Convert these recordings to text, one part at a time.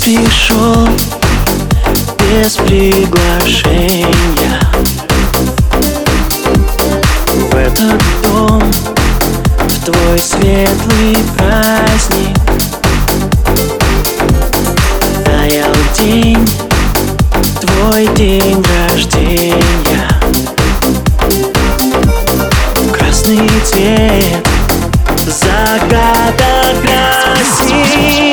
пришел без приглашения в этот дом, в твой светлый праздник. Таял день, твой день рождения. Красный цвет загадок красив.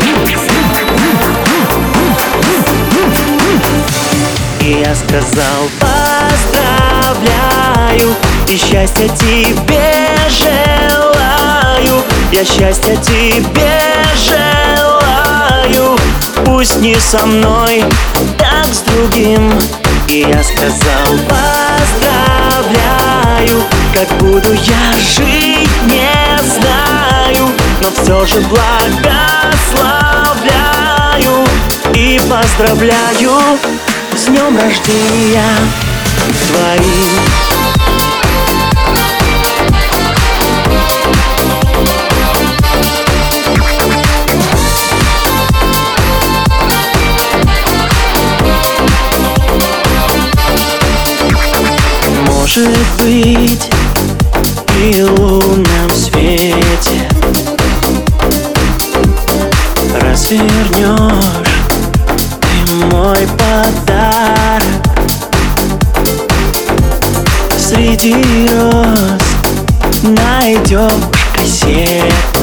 И я сказал: поздравляю, и счастья тебе желаю. Я счастья тебе желаю. Пусть не со мной, так с другим. И я сказал: поздравляю, как буду я жить, не знаю, но все же благословляю и поздравляю с днем рождения твоим. Может быть, при лунном свете развернешь ты мой подарок. Среди роз найдешь кассету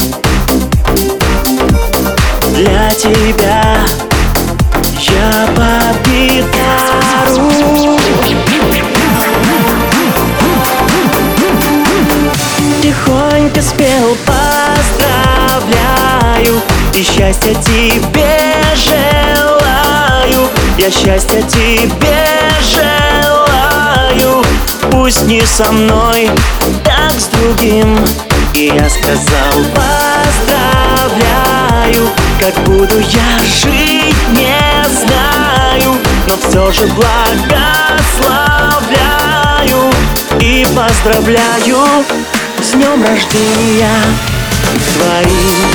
для тебя. Я под гитару. Тихонько спел: поздравляю, и счастья тебе желаю. Я счастья тебе желаю. Пусть не со мной, так с другим. И я сказал: поздравляю, как буду я жить, не знаю, но все же благословляю и поздравляю с днем рождения твоим.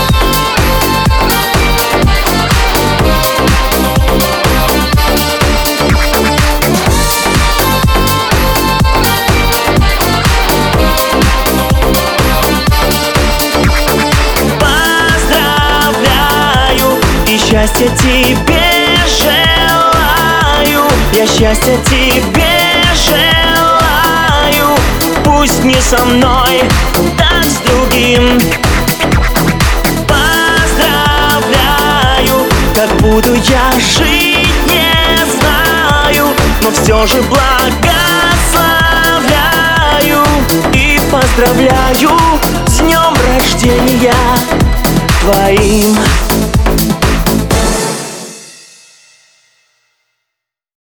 Поздравляю, и счастья тебе желаю. Я счастья тебе желаю. Пусть не со мной, так с другим. Поздравляю, как буду я жить, не знаю, но все же благословляю и поздравляю с днем рождения твоим.